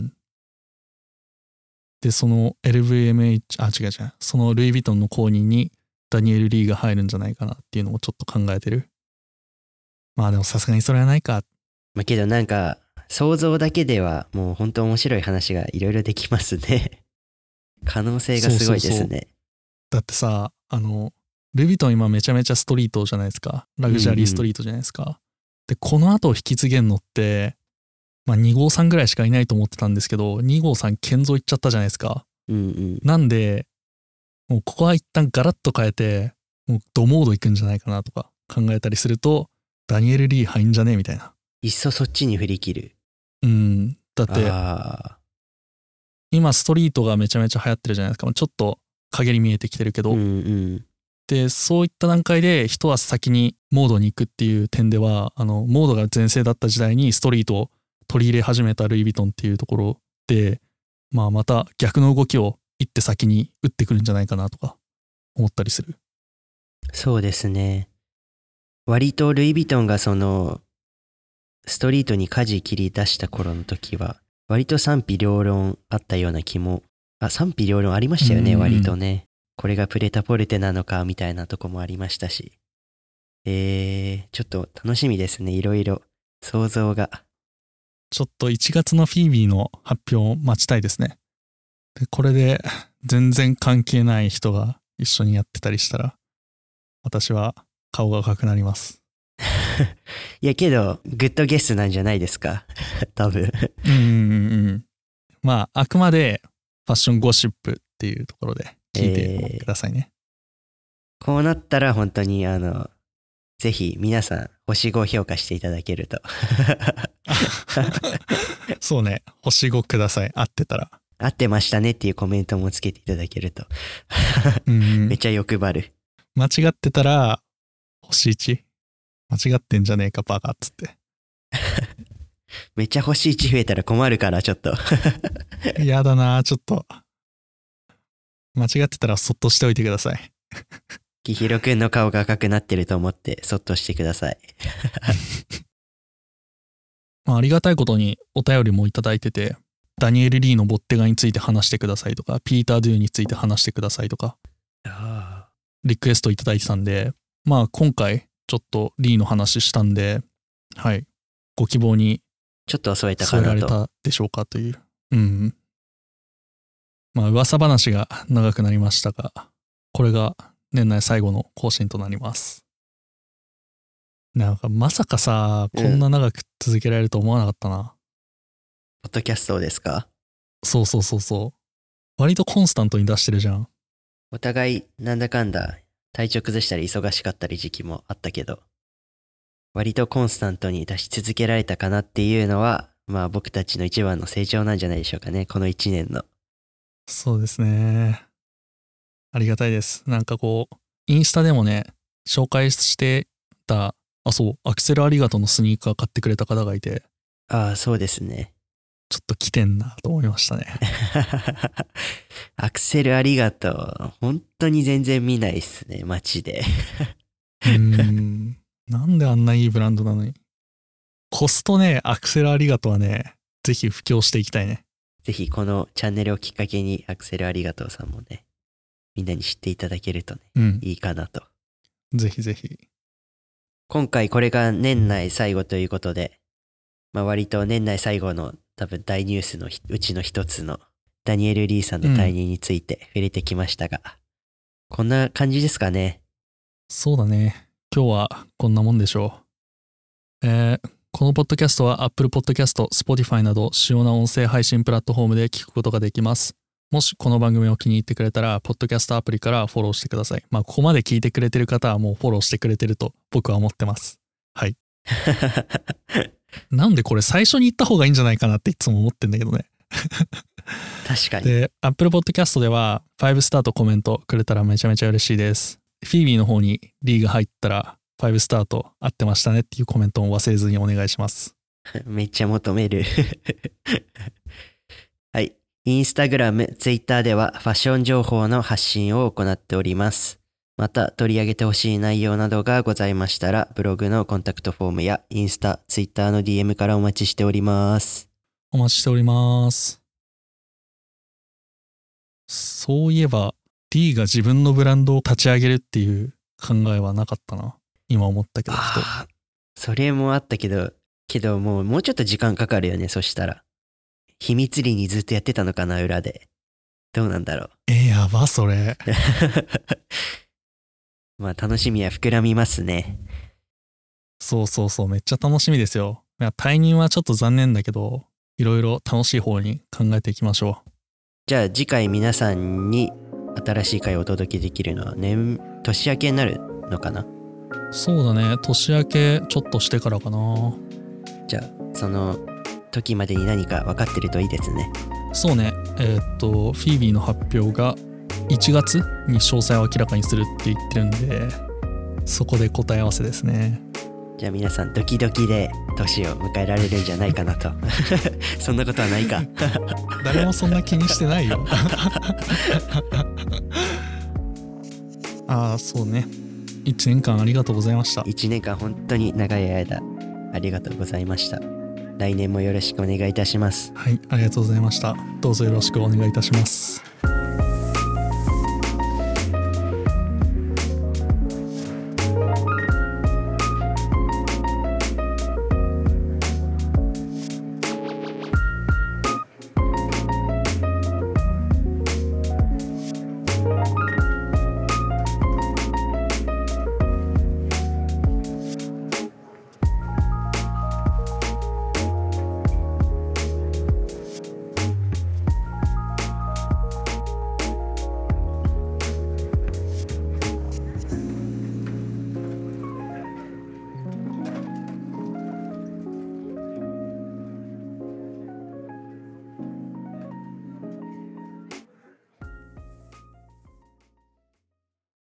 で、その エルブイエムエイチ、あ、違う違う。そのルイ・ヴィトンの後任にダニエル・リーが入るんじゃないかなっていうのもちょっと考えてる。まあでもさすがにそれはないか。 まあけどなんか、想像だけではもう本当面白い話がいろいろできますね。可能性がすごいですね。 そうそうそう。だってさ、あの、ルイ・ヴィトン今めちゃめちゃストリートじゃないですか。ラグジュアリーストリートじゃないですか。うんうん、で、この後を引き継げんのって、まあに号さんぐらいしかいないと思ってたんですけど、に号さん建造行っちゃったじゃないですか。 うんうん、 なんで、もうここは一旦ガラッと変えて、もうドモード行くんじゃないかなとか考えたりすると、ダニエル・リー入んじゃねえみたいな。 いっそそっちに振り切る。 うん。だって、今ストリートがめちゃめちゃ流行ってるじゃないですか。ちょっと陰り見えてきてるけど、 うんうん、 でそういった段階で一足先にモードに行くっていう点では、あのモードが全盛だった時代にストリートを取り入れ始めたルイ・ヴィトンっていうところで、まあ、また逆の動きを一手先に打ってくるんじゃないかなとか思ったりする。 そうですね。割とルイ・ヴィトンがそのストリートに舵切り出した頃の時は割と賛否両論あったような気も、あ、賛否両論ありましたよね、割とね。これがプレタポルテなのかみたいなとこもありましたし。えー、ちょっと楽しみですね、いろいろ想像が。 ちょっといちがつのフィービーの発表を待ちたいですね。で、これで全然関係ない人が一緒にやってたりしたら、私は顔が赤くなります。 いやけどグッドゲスなんじゃないですか多分うんうんうん。まああくまでファッションゴシップっていうところで聞いてくださいね。 えー、こうなったら本当にあのぜひ皆さん星ご評価していただけるとそうね、星ごください。合ってたら。 合ってましたねっていうコメントもつけていただけるとうん、 めっちゃ欲張る。 間違ってたら星いち。間違ってんじゃねえかバカっつってめっちゃ星いち増えたら困るからちょっとやだな、ちょっと間違ってたらそっとしておいてください。 きひろくんの顔が赤くなってると思ってそっとしてくださいまあ、ありがたいことにお便りもいただいてて、ダニエル・リーのボッテガについて話してくださいとか、ピーター・ドゥについて話してくださいとかリクエストいただいてたんで、まあ今回ちょっとリーの話したんで、はい、ご希望にちょっと添えたかなと。 添えられたでしょうかという。うん。まあ噂話が長くなりましたが、これが年内最後の更新となります。なんかまさかさ、こんな長く続けられると思わなかったな。うん、 ポッドキャストですか？ そうそうそうそう。割とコンスタントに出してるじゃん。 お互いなんだかんだ体調崩したり忙しかったり時期もあったけど、割とコンスタントに出し続けられたかなっていうのは、まあ僕たちの一番の成長なんじゃないでしょうかね、この一年の。 そうですね。ありがたいです。なんかこう、インスタでもね、紹介してた、あ、そう、アクセルありがとうのスニーカー買ってくれた方がいて。 ああ、そうですね。 ちょっと来てんなと思いましたね。 アクセルありがとう。本当に全然見ないっすね、街で。 うーん。なんであんないいブランドなのに。コストね、アクセルありがとうはね、ぜひ布教していきたいね。 ぜひこのチャンネルをきっかけにアクセルありがとうさんもね、みんなに知っていただけるとね、うん、いいかなと。 ぜひぜひ。 今回これが年内最後ということで、まあ割と年内最後の多分大ニュースのうちの一つのダニエル・リーさんの退任について触れてきましたが、うん、こんな感じですかね。 そうだね。今日はこんなもんでしょう。えー、このポッドキャストは Apple Podcast、Spotify など主要な音声配信プラットフォームで聞くことができます。もしこの番組を気に入ってくれたら、ポッドキャストアプリからフォローしてください。まあ、ここまで聞いてくれてる方はもうフォローしてくれてると僕は思ってます。はい。なんでこれ最初に言った方がいいんじゃないかなっていつも思ってんだけどね。 確かに。 で、Apple Podcast ではごスターとコメントくれたらめちゃめちゃ嬉しいです。フィービーの方にリーが入ったらごスターと合ってましたねっていうコメントも忘れずにお願いします。 めっちゃ求める。はい。インスタグラム、ツイッターではファッション情報の発信を行っております。 また取り上げてほしい内容などがございましたら、ブログのコンタクトフォームやインスタ、ツイッターの ディーエム からお待ちしております。 お待ちしております。そういえば D が自分のブランドを立ち上げるっていう考えはなかったな。今思ったけど、ふと。 ああ、それもあったけど、けどもうもうちょっと時間かかるよね、そしたら。秘密裏にずっとやってたのかな、裏で。どうなんだろう。 え、やば、それ。 まあ楽しみは膨らみますね。 そうそうそう、めっちゃ楽しみですよ。いや、退任はちょっと残念だけど、いろいろ楽しい方に考えていきましょう。 じゃあ次回皆さんに新しい回をお届けできるのは年、年明けになるのかな。 そうだね、年明けちょっとしてからかな。 じゃあその時までに何か分かってるといいですね。 そうね、えーっとフィービーの発表がいちがつに詳細を明らかにするって言ってるんで、そこで答え合わせですね。 じゃあ皆さんドキドキで年を迎えられるんじゃないかなと。そんなことはないか。 誰もそんな気にしてないよ。ああ、そうね、いちねんかんありがとうございました。 いちねんかん本当に長い間ありがとうございました。来年もよろしくお願いいたします。 はい、ありがとうございました。どうぞよろしくお願いいたします。